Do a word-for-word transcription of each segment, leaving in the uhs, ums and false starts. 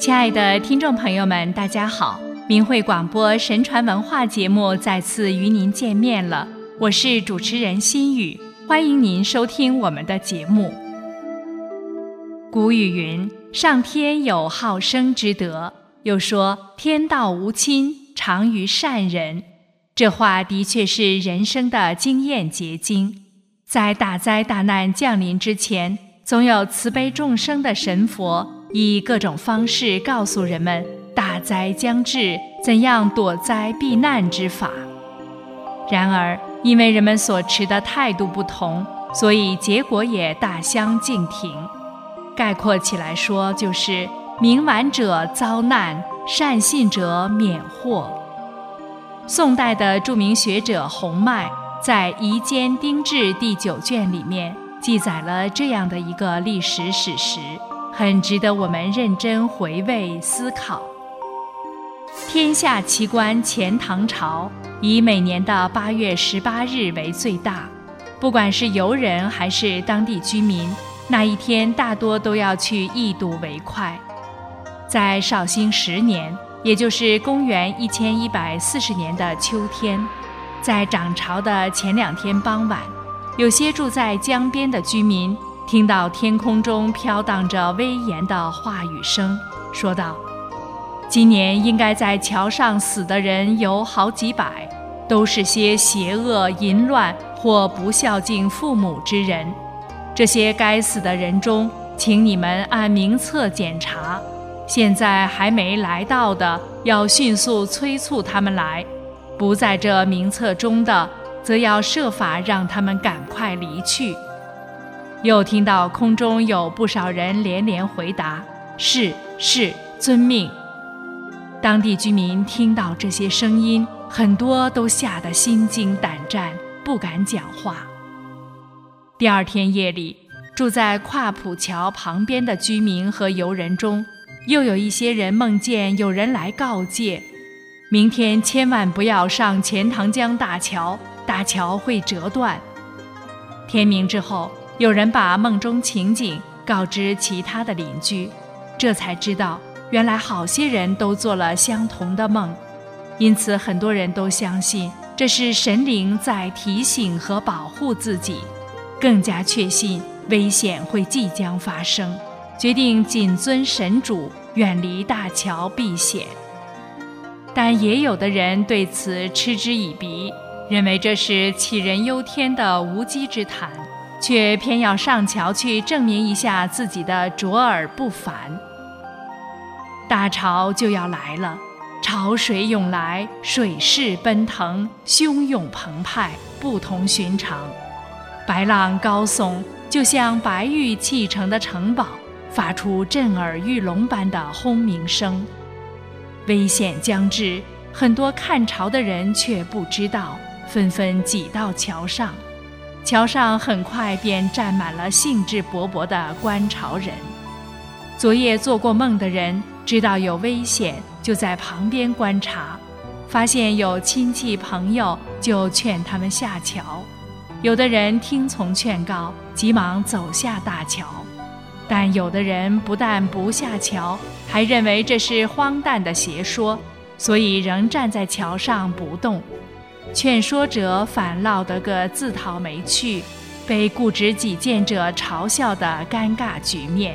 亲爱的听众朋友们，大家好，明慧广播神传文化节目再次与您见面了，我是主持人心雨，欢迎您收听我们的节目。古语云，上天有好生之德，又说天道无亲，常于善人。这话的确是人生的经验结晶。在大灾大难降临之前，总有慈悲众生的神佛以各种方式告诉人们大灾将至，怎样躲灾避难之法。然而因为人们所持的态度不同，所以结果也大相径庭。概括起来说，就是明顽者遭难，善信者免祸。宋代的著名学者洪迈在《夷坚丁志》第九卷里面记载了这样的一个历史史实，很值得我们认真回味思考。天下奇观钱塘潮以每年的八月十八日为最大，不管是游人还是当地居民，那一天大多都要去一睹为快。在绍兴十年，也就是公元一千一百四十年的秋天，在涨潮的前两天傍晚，有些住在江边的居民听到天空中飘荡着威严的话语声，说道：今年应该在桥上死的人有好几百，都是些邪恶淫乱或不孝敬父母之人。这些该死的人中，请你们按名册检查，现在还没来到的，要迅速催促他们来，不在这名册中的，则要设法让他们赶快离去。又听到空中有不少人连连回答：是是，遵命。当地居民听到这些声音，很多都吓得心惊胆战，不敢讲话。第二天夜里，住在跨浦桥旁边的居民和游人中，又有一些人梦见有人来告诫，明天千万不要上钱塘江大桥，大桥会折断。天明之后，有人把梦中情景告知其他的邻居，这才知道原来好些人都做了相同的梦，因此很多人都相信这是神灵在提醒和保护自己，更加确信危险会即将发生，决定谨遵神嘱，远离大桥避险。但也有的人对此嗤之以鼻，认为这是杞人忧天的无稽之谈，却偏要上桥去证明一下自己的卓尔不凡。大潮就要来了，潮水涌来，水势奔腾，汹涌澎湃，不同寻常。白浪高耸，就像白玉砌成的城堡，发出震耳欲聋般的轰鸣声。危险将至，很多看潮的人却不知道，纷纷挤到桥上。桥上很快便站满了兴致勃勃的观潮人。昨夜做过梦的人知道有危险，就在旁边观察，发现有亲戚朋友，就劝他们下桥。有的人听从劝告，急忙走下大桥，但有的人不但不下桥，还认为这是荒诞的邪说，所以仍站在桥上不动。劝说者反落得个自讨没趣，被固执己见者嘲笑的尴尬局面。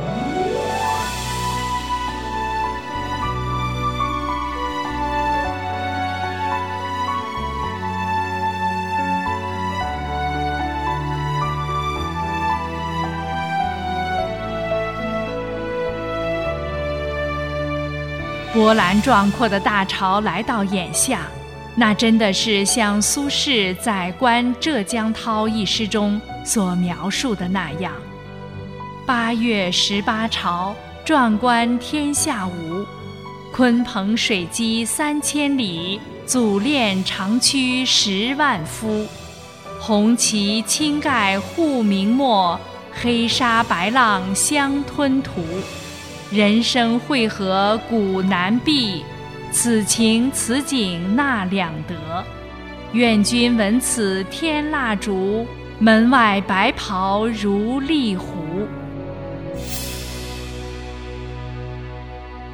波澜壮阔的大潮来到眼下，那真的是像苏轼在《观浙江涛》一诗中所描述的那样：八月十八潮，壮观天下无。鲲鹏水击三千里，祖练长驱十万夫。红旗青盖护明没，黑沙白浪相吞吐。人生会合古难避，此情此景那两得。愿君闻此天蜡烛，门外白袍如丽狐。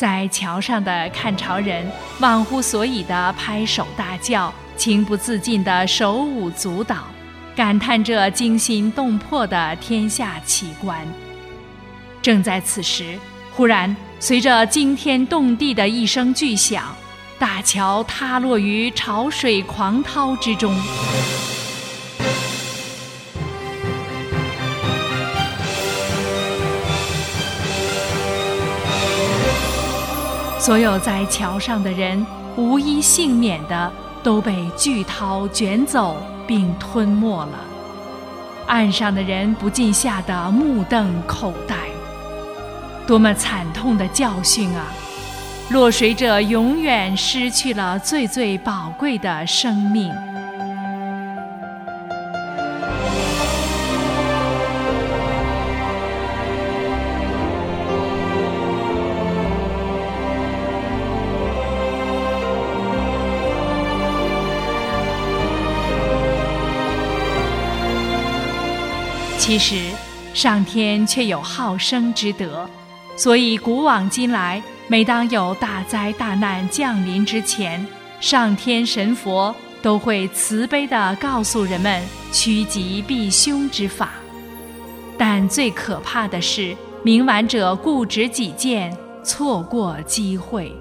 在桥上的看潮人忘乎所以地拍手大叫，情不自禁地手舞足蹈，感叹这惊心动魄的天下奇观。正在此时，忽然随着惊天动地的一声巨响，大桥塌落于潮水狂涛之中。所有在桥上的人无一幸免的都被巨涛卷走并吞没了。岸上的人不禁吓得目瞪口呆。多么惨痛的教训啊！落水者永远失去了最最宝贵的生命。其实上天却有好生之德，所以古往今来，每当有大灾大难降临之前，上天神佛都会慈悲地告诉人们趋吉避凶之法。但最可怕的是，冥顽者固执己见，错过机会。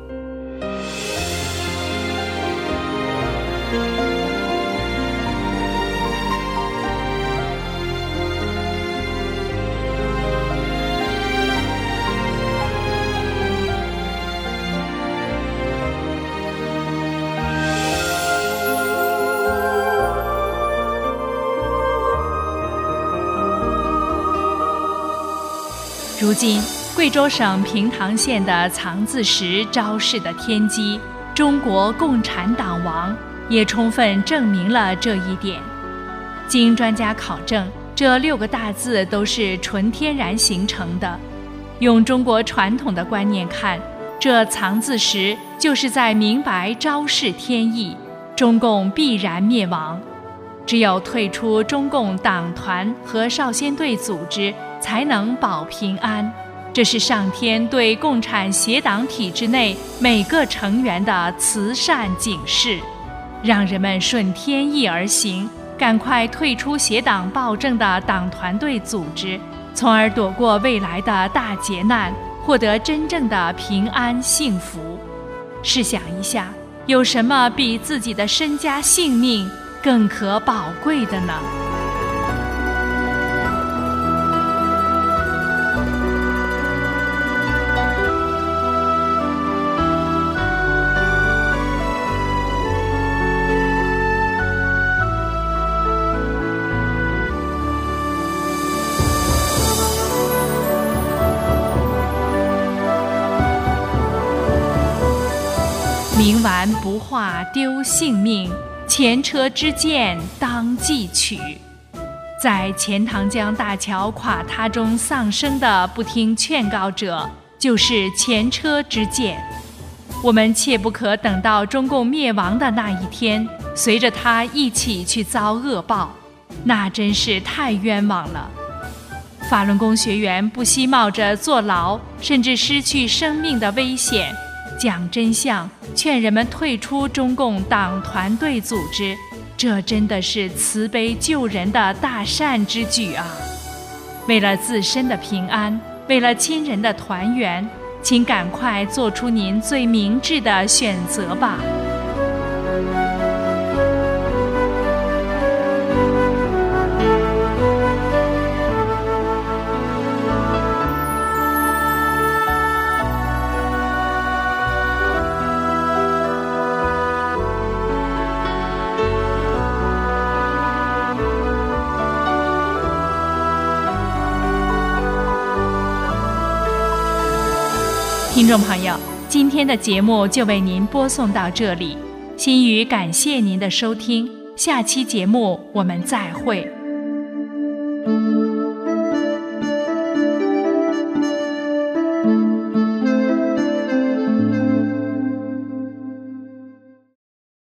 如今，贵州省平塘县的藏字石昭示的天机“中国共产党王”也充分证明了这一点。经专家考证，这六个大字都是纯天然形成的。用中国传统的观念看，这藏字石就是在明白昭示天意，中共必然灭亡。只有退出中共党团和少先队组织，才能保平安。这是上天对共产邪党体制内每个成员的慈善警示，让人们顺天意而行，赶快退出邪党暴政的党团队组织，从而躲过未来的大劫难，获得真正的平安幸福。试想一下，有什么比自己的身家性命更可宝贵的呢？冥顽不化丢性命，前车之鉴当记取。在钱塘江大桥垮塌中丧生的不听劝告者，就是前车之鉴。我们切不可等到中共灭亡的那一天，随着他一起去遭恶报，那真是太冤枉了。法轮功学员不惜冒着坐牢甚至失去生命的危险，讲真相，劝人们退出中共党团队组织，这真的是慈悲救人的大善之举啊！为了自身的平安，为了亲人的团圆，请赶快做出您最明智的选择吧。听众朋友，今天的节目就为您播送到这里，心语感谢您的收听，下期节目我们再会。